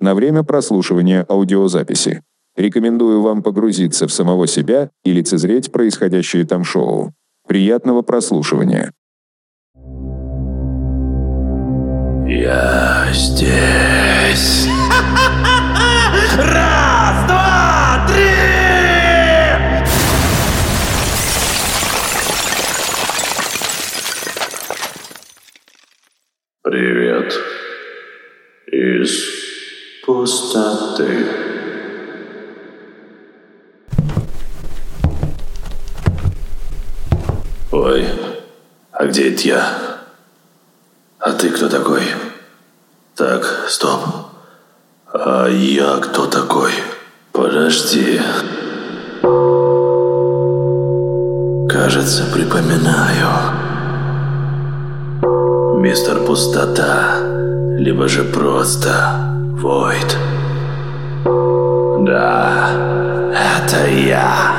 на время прослушивания аудиозаписи. Рекомендую вам погрузиться в самого себя и лицезреть происходящее там шоу. Приятного прослушивания. Я здесь. Раз, два, три! Привет. Из пустоты. Ой, а где это я? А ты кто такой? Так, стоп. А я кто такой? Подожди. Кажется, припоминаю. Мистер Пустота, либо же просто Void. Да, это я.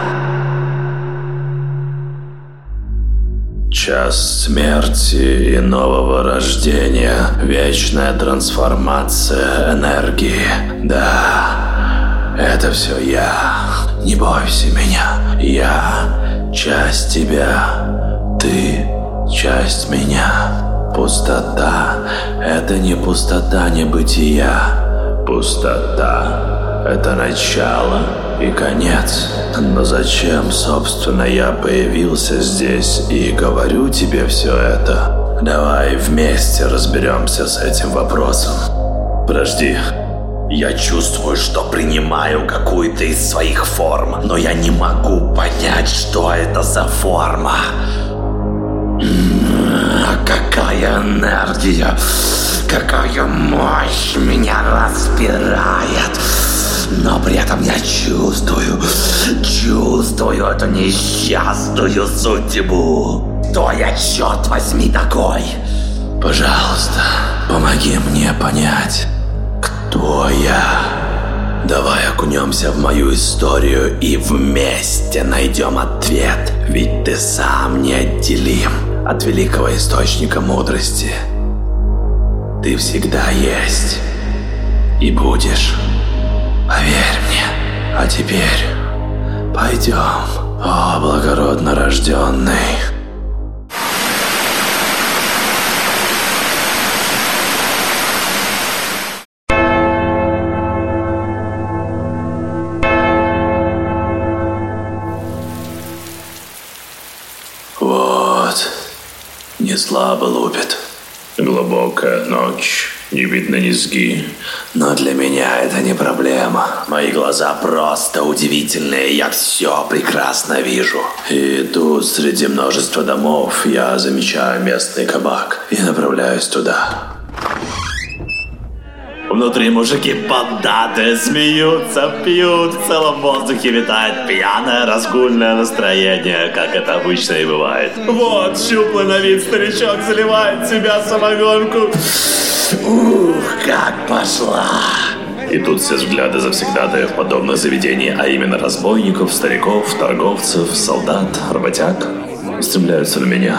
Час смерти и нового рождения. Вечная трансформация энергии. Да, это все я. Не бойся меня. Я часть тебя. Ты часть меня. Пустота — это не пустота небытия. Пустота — это начало и конец. Но зачем, собственно, я появился здесь и говорю тебе все это? Давай вместе разберемся с этим вопросом. Подожди. Я чувствую, что принимаю какую-то из своих форм, но я не могу понять, что это за форма. Какая энергия, какая мощь меня распирает. Но при этом я чувствую эту несчастную судьбу. Кто я, черт возьми, такой? Пожалуйста, помоги мне понять, кто я. Давай окунемся в мою историю и вместе найдем ответ. Ведь ты сам неотделим от великого источника мудрости. Ты всегда есть и будешь. Поверь мне. А теперь пойдем, о благородно рожденный. Вот, не слабо лупит. Глубокая ночь, не видно низги. Но для меня это не проблема. Мои глаза просто удивительные, я все прекрасно вижу. И тут среди множества домов я замечаю местный кабак и направляюсь туда. Внутри мужики поддатые, смеются, пьют, в целом воздухе витает пьяное разгульное настроение, как это обычно и бывает. Вот щуплый на вид старичок заливает в себя самогонку. Ух, как пошла! И тут все взгляды завсегдатаев в подобных заведениях, а именно разбойников, стариков, торговцев, солдат, работяг, устремляются на меня.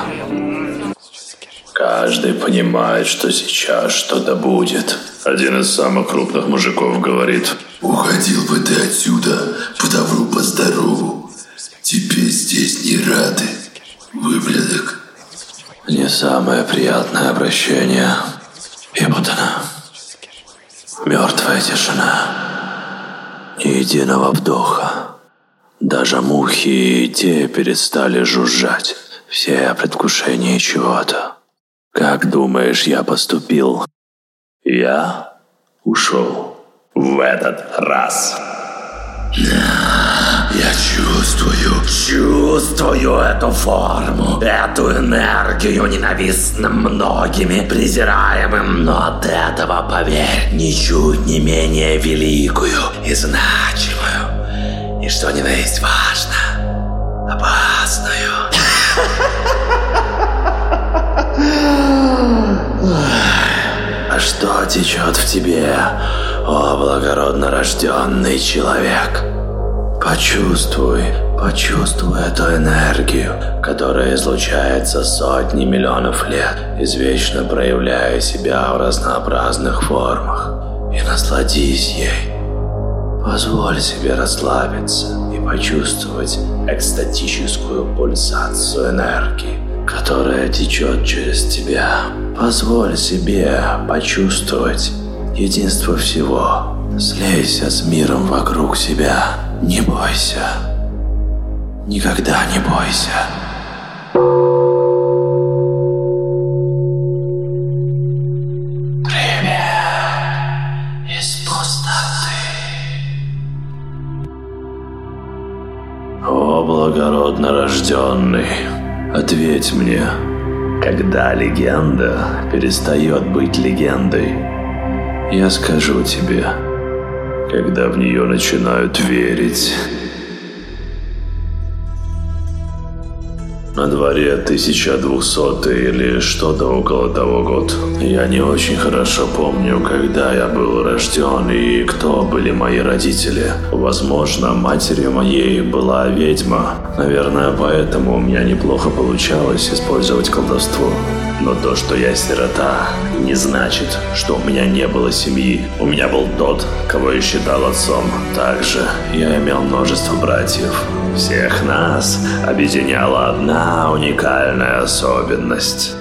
Каждый понимает, что сейчас что-то будет. Один из самых крупных мужиков говорит: «Уходил бы ты отсюда, по добру, по здорову. Тебе здесь не рады, выблядок». Не самое приятное обращение. И вот она. Мертвая тишина. Ни единого вдоха. Даже мухи и те перестали жужжать. Все предвкушение чего-то. Как думаешь, я поступил? Я ушел в этот раз. Я чувствую эту форму, эту энергию, ненавистным многими, презираемым, но от этого, поверь, ничуть не менее великую и значимую, и что ни на есть важно, опасную. А что течет в тебе, о благородно рожденный человек? Почувствуй эту энергию, которая излучается сотни миллионов лет, извечно проявляя себя в разнообразных формах. и насладись ей. Позволь себе расслабиться и почувствовать экстатическую пульсацию энергии, которая течет через тебя. Позволь себе почувствовать единство всего. Слейся с миром вокруг себя. Не бойся. Никогда не бойся. О, благородно рожденный, ответь мне, когда легенда перестает быть легендой? Я скажу тебе, когда в нее начинают верить. На дворе 1200 или что-то около того год. Я не очень хорошо помню, когда я был рожден и кто были мои родители. Возможно, матерью моей была ведьма. Наверное, поэтому у меня неплохо получалось использовать колдовство. Но то, что я сирота, не значит, что у меня не было семьи. У меня был тот, кого я считал отцом. Также я имел множество братьев. Всех нас объединяла одна уникальная особенность.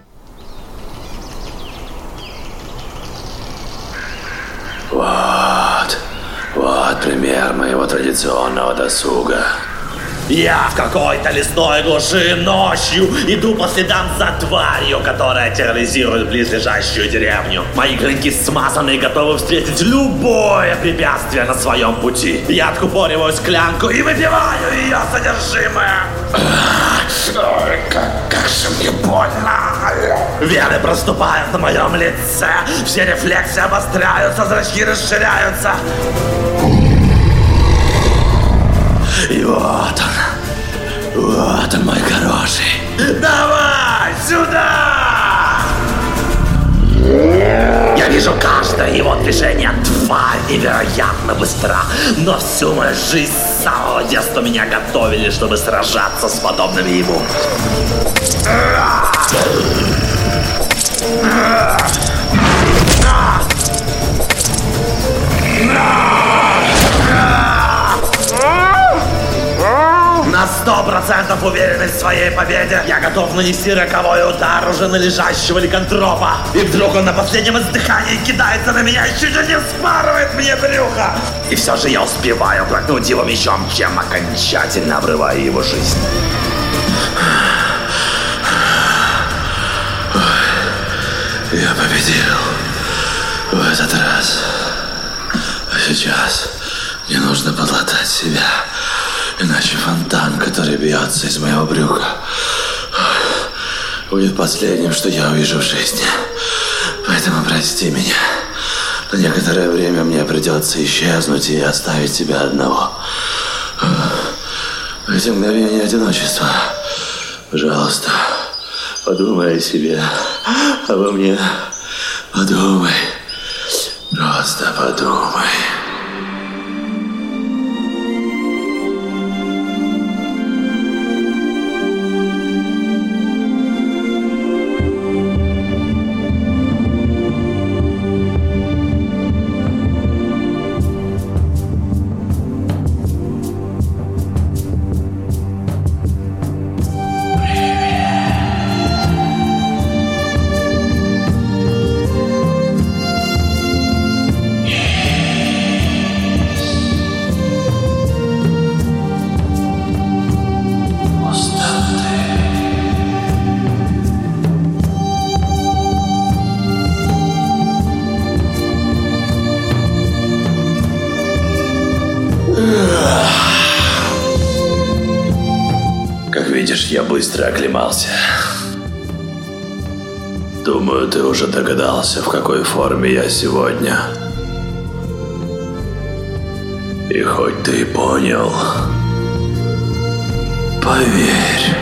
Вот пример моего традиционного досуга. Я в какой-то лесной глуши ночью иду по следам за тварью, которая терроризирует близлежащую деревню. Мои клинки смазаны и готовы встретить любое препятствие на своем пути. Я откупориваю склянку и выпиваю ее содержимое. Как же мне больно. Вены проступают на моем лице. Все рефлексы обостряются, зрачки расширяются. И вот он мой хороший. Давай сюда! Я вижу каждое его движение. Тварь невероятно быстра. Но всю мою жизнь с самого детства меня готовили, чтобы сражаться с подобными ему. На 100% уверенный в своей победе. Я готов нанести роковой удар уже на лежащего ликантропа. И вдруг он на последнем издыхании кидается на меня и чуть ли не вспарывает мне брюхо. И все же я успеваю проткнуть его мечом, чем окончательно обрываю его жизнь. Я победил в этот раз. А сейчас мне нужно подлатать себя. Иначе фонтан, который бьется из моего брюха, будет последним, что я увижу в жизни. Поэтому прости меня. На некоторое время мне придется исчезнуть и оставить тебя одного. В эти мгновения одиночества, пожалуйста, подумай о себе, обо мне. Подумай. Просто подумай. Как видишь, я быстро оклемался. Думаю, ты уже догадался, в какой форме я сегодня. И хоть ты и понял, поверь,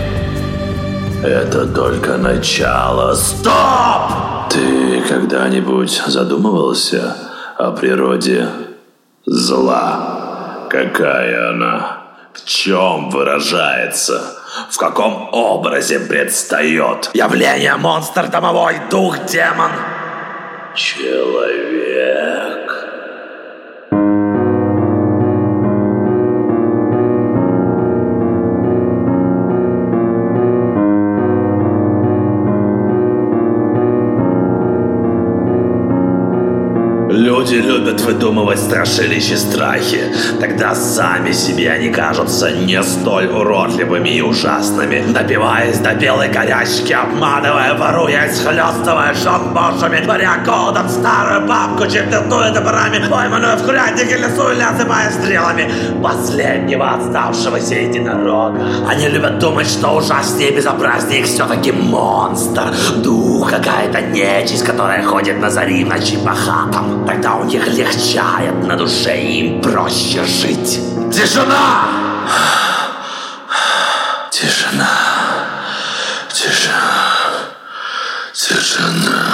это только начало. Стоп! Ты когда-нибудь задумывался о природе зла? Какая она? В чем выражается? В каком образе предстает? Явление, монстр, домовой, дух, демон? человек. Люди любят выдумывать страшилища страхи. Тогда сами себе они кажутся не столь уродливыми и ужасными. Напиваясь до белой горячки, обманывая, воруя, схлёстывая шамбошами, творя голодом старую бабку, чемпионуя топорами, пойманную в курятнике лесу или осыпая стрелами последнего отставшегося единорога. Они любят думать, что ужаснее и безобразнее их все-таки монстр, дух, какая-то нечисть, которая ходит на зари в ночи по хатам. Тогда у них легчает на душе, и им проще жить. Тишина! Тишина. Тишина. Тишина.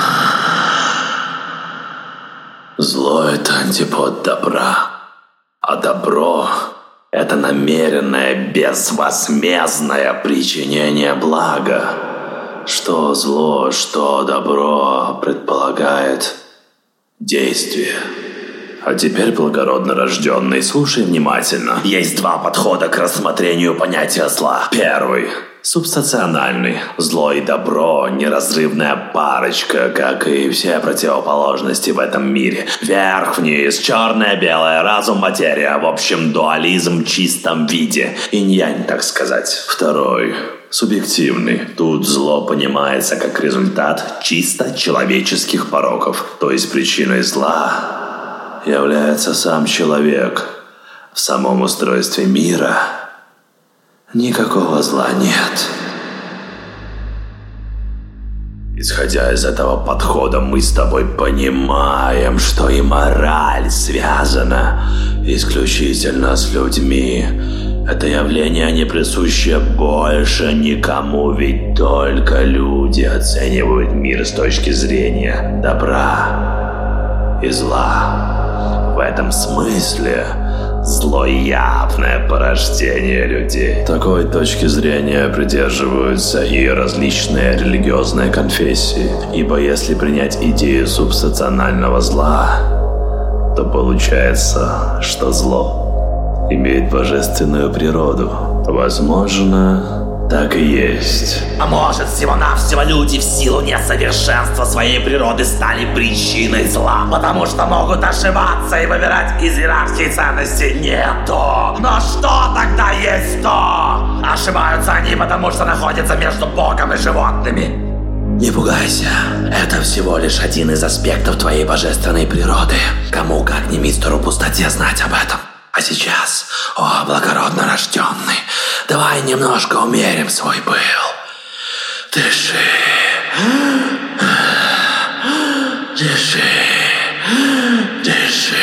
Зло — это антипод добра. А добро — это намеренное, безвозмездное причинение блага. Что зло, что добро предполагает действие. А теперь, благородно рожденный, слушай внимательно. Есть два подхода к рассмотрению понятия зла. Первый – субстациональный. Зло и добро – неразрывная парочка, как и все противоположности в этом мире. Вверх-вниз, черное-белое, разум-материя. В общем, дуализм в чистом виде. Инь-янь, так сказать. Второй – субъективный. Тут зло понимается как результат чисто человеческих пороков. То есть причиной зла является сам человек. В самом устройстве мира никакого зла нет. Исходя из этого подхода, мы с тобой понимаем, что и мораль связана исключительно с людьми. Это явление не присуще больше никому, ведь только люди оценивают мир с точки зрения добра и зла. В этом смысле зло — явное порождение людей. Такой точки зрения придерживаются и различные религиозные конфессии. Ибо если принять идею субстационального зла, то получается, что зло имеет божественную природу. Возможно, так и есть. А может, всего-навсего люди в силу несовершенства своей природы стали причиной зла, потому что могут ошибаться и выбирать из иерархии ценностей не то. Но что тогда есть то? Ошибаются они, потому что находятся между Богом и животными. Не пугайся, это всего лишь один из аспектов твоей божественной природы. Кому как не мистеру пустоте знать об этом. А сейчас, о благородно рожденный, давай немножко умерим свой пыл. Дыши. Дыши. Дыши.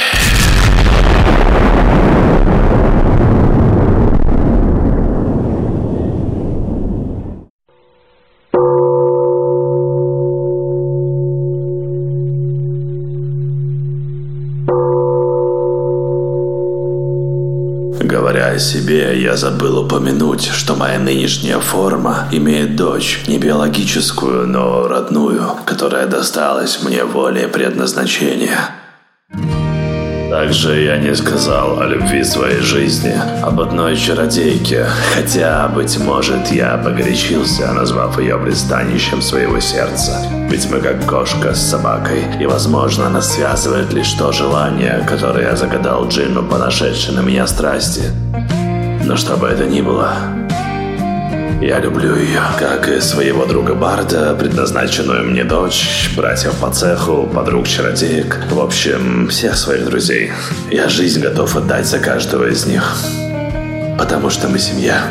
Говоря о себе, я забыл упомянуть, что моя нынешняя форма имеет дочь, не биологическую, но родную, которая досталась мне волей предназначения. Также я не сказал о любви своей жизни, об одной чародейке, хотя, быть может, я погорячился, назвав ее пристанищем своего сердца. Ведь мы как кошка с собакой, и, возможно, нас связывает лишь то желание, которое я загадал джинну по нашедшей на меня страсти. Но что бы это ни было, я люблю ее, как и своего друга Барда, предназначенную мне дочь, братьев по цеху, подруг-чародеек, в общем, всех своих друзей. Я жизнь готов отдать за каждого из них, потому что мы семья.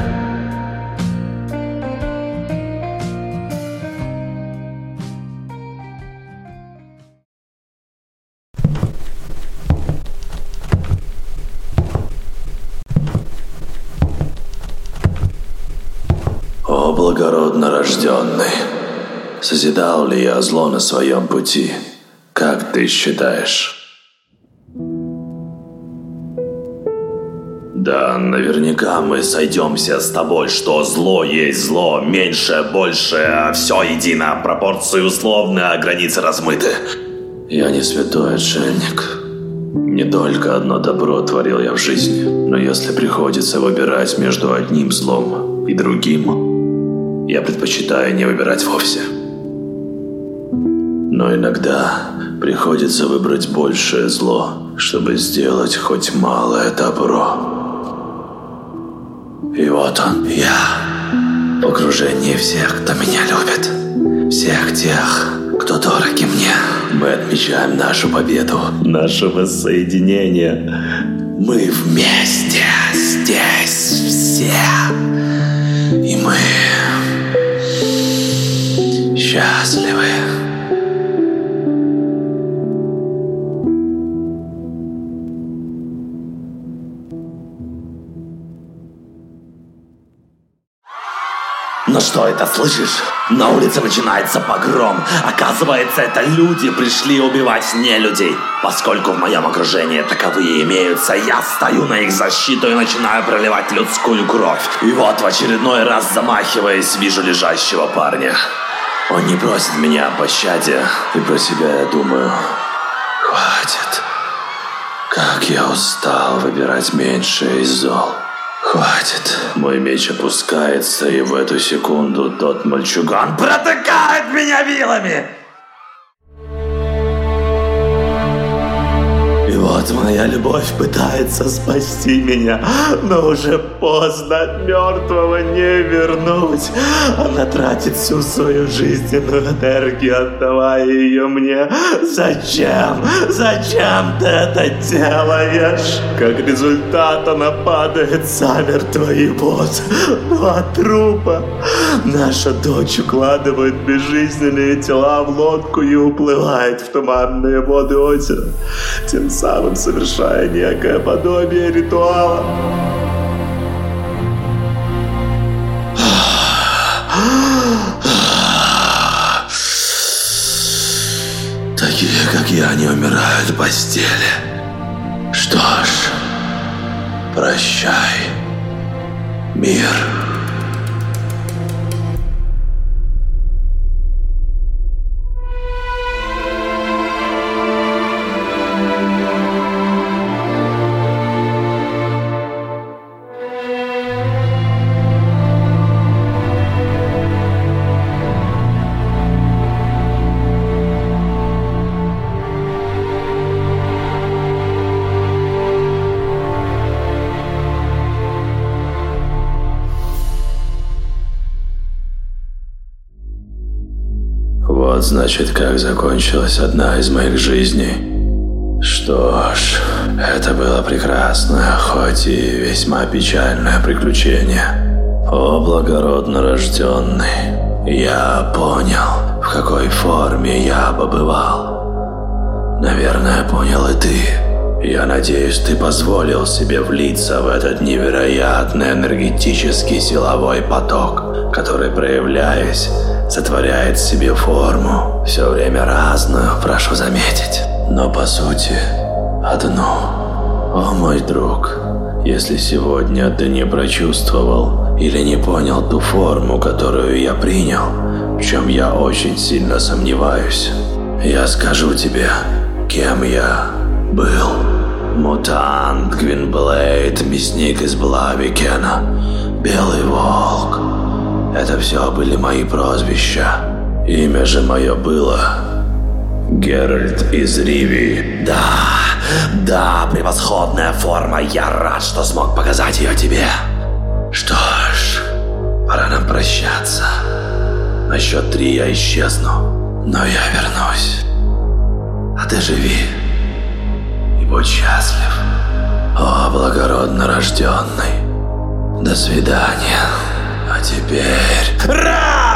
О, благородно рожденный, созидал ли я зло на своем пути? Как ты считаешь? Да, наверняка мы сойдемся с тобой, что зло есть зло, меньше, больше, все едино, пропорции условны, а границы размыты. Я не святой отшельник. Не только одно добро творил я в жизни, но если приходится выбирать между одним злом и другим, я предпочитаю не выбирать вовсе. Но иногда приходится выбрать большее зло, чтобы сделать хоть малое добро. И вот он, я, в окружении всех, кто меня любит, всех тех, кто дороги мне. Мы отмечаем нашу победу, наше воссоединение. Мы вместе здесь все, и мы счастливы. Ну что это, слышишь? На улице начинается погром. Оказывается, это люди пришли убивать нелюдей. Поскольку в моем окружении таковые имеются, я стою на их защиту и начинаю проливать людскую кровь. И вот в очередной раз, замахиваясь, вижу лежащего парня. Он не просит меня о пощаде, и про себя я думаю: хватит. Как я устал выбирать меньшее из зол. Хватит. Мой меч опускается, и в эту секунду тот мальчуган протыкает меня вилами. И вот моя любовь пытается спасти меня, но уже поздно, от мертвого не вернуть. Она тратит всю свою жизненную энергию, отдавая ее мне. Зачем? Зачем ты это делаешь? Как результат, она падает замертво, и вот два трупа. Наша дочь укладывает безжизненные тела в лодку и уплывает в туманные воды озера, тем самым совершая некое подобие ритуала. Такие, как я, не умирают в постели. Что ж, прощай, мир. Вот, значит, как закончилась одна из моих жизней. Что ж, это было прекрасное, хоть и весьма печальное приключение. О, благородно рожденный, я понял, в какой форме я побывал. Наверное, понял и ты. Я надеюсь, ты позволил себе влиться в этот невероятный энергетический силовой поток, который, проявляясь, сотворяет себе форму, все время разную, прошу заметить, но по сути одну. О, мой друг, если сегодня ты не прочувствовал или не понял ту форму, которую я принял, в чем я очень сильно сомневаюсь, я скажу тебе, кем я был. Мутант, Гвинблейд, мясник из Блавикена, Белый Волк. Это все были мои прозвища. Имя же мое было Геральт из Ривии. Да, превосходная форма. Я рад, что смог показать ее тебе. Что ж, пора нам прощаться. На счет 3 я исчезну, но я вернусь. А ты живи и будь счастлив. О, благородно рожденный. До свидания. А теперь... Ра!